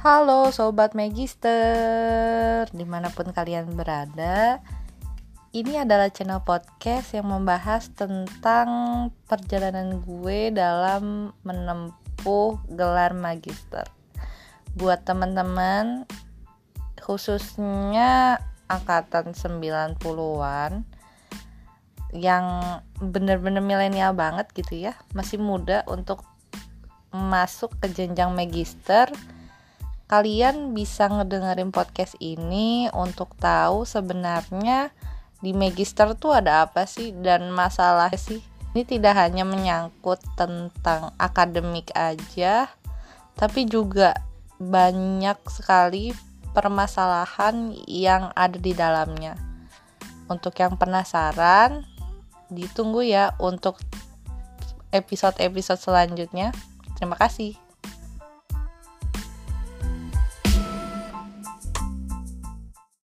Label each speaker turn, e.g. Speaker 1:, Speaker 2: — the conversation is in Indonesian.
Speaker 1: Halo Sobat Magister, dimanapun kalian berada. Ini adalah channel podcast yang membahas tentang perjalanan gue dalam menempuh gelar magister. Buat teman-teman, khususnya angkatan 90-an yang bener-bener milenial banget gitu ya, masih muda untuk masuk ke jenjang magister. Kalian bisa ngedengerin podcast ini untuk tahu sebenarnya di magister tuh ada apa sih dan masalah sih. Ini tidak hanya menyangkut tentang akademik aja, tapi juga banyak sekali permasalahan yang ada di dalamnya. Untuk yang penasaran, ditunggu ya untuk episode-episode selanjutnya. Terima kasih.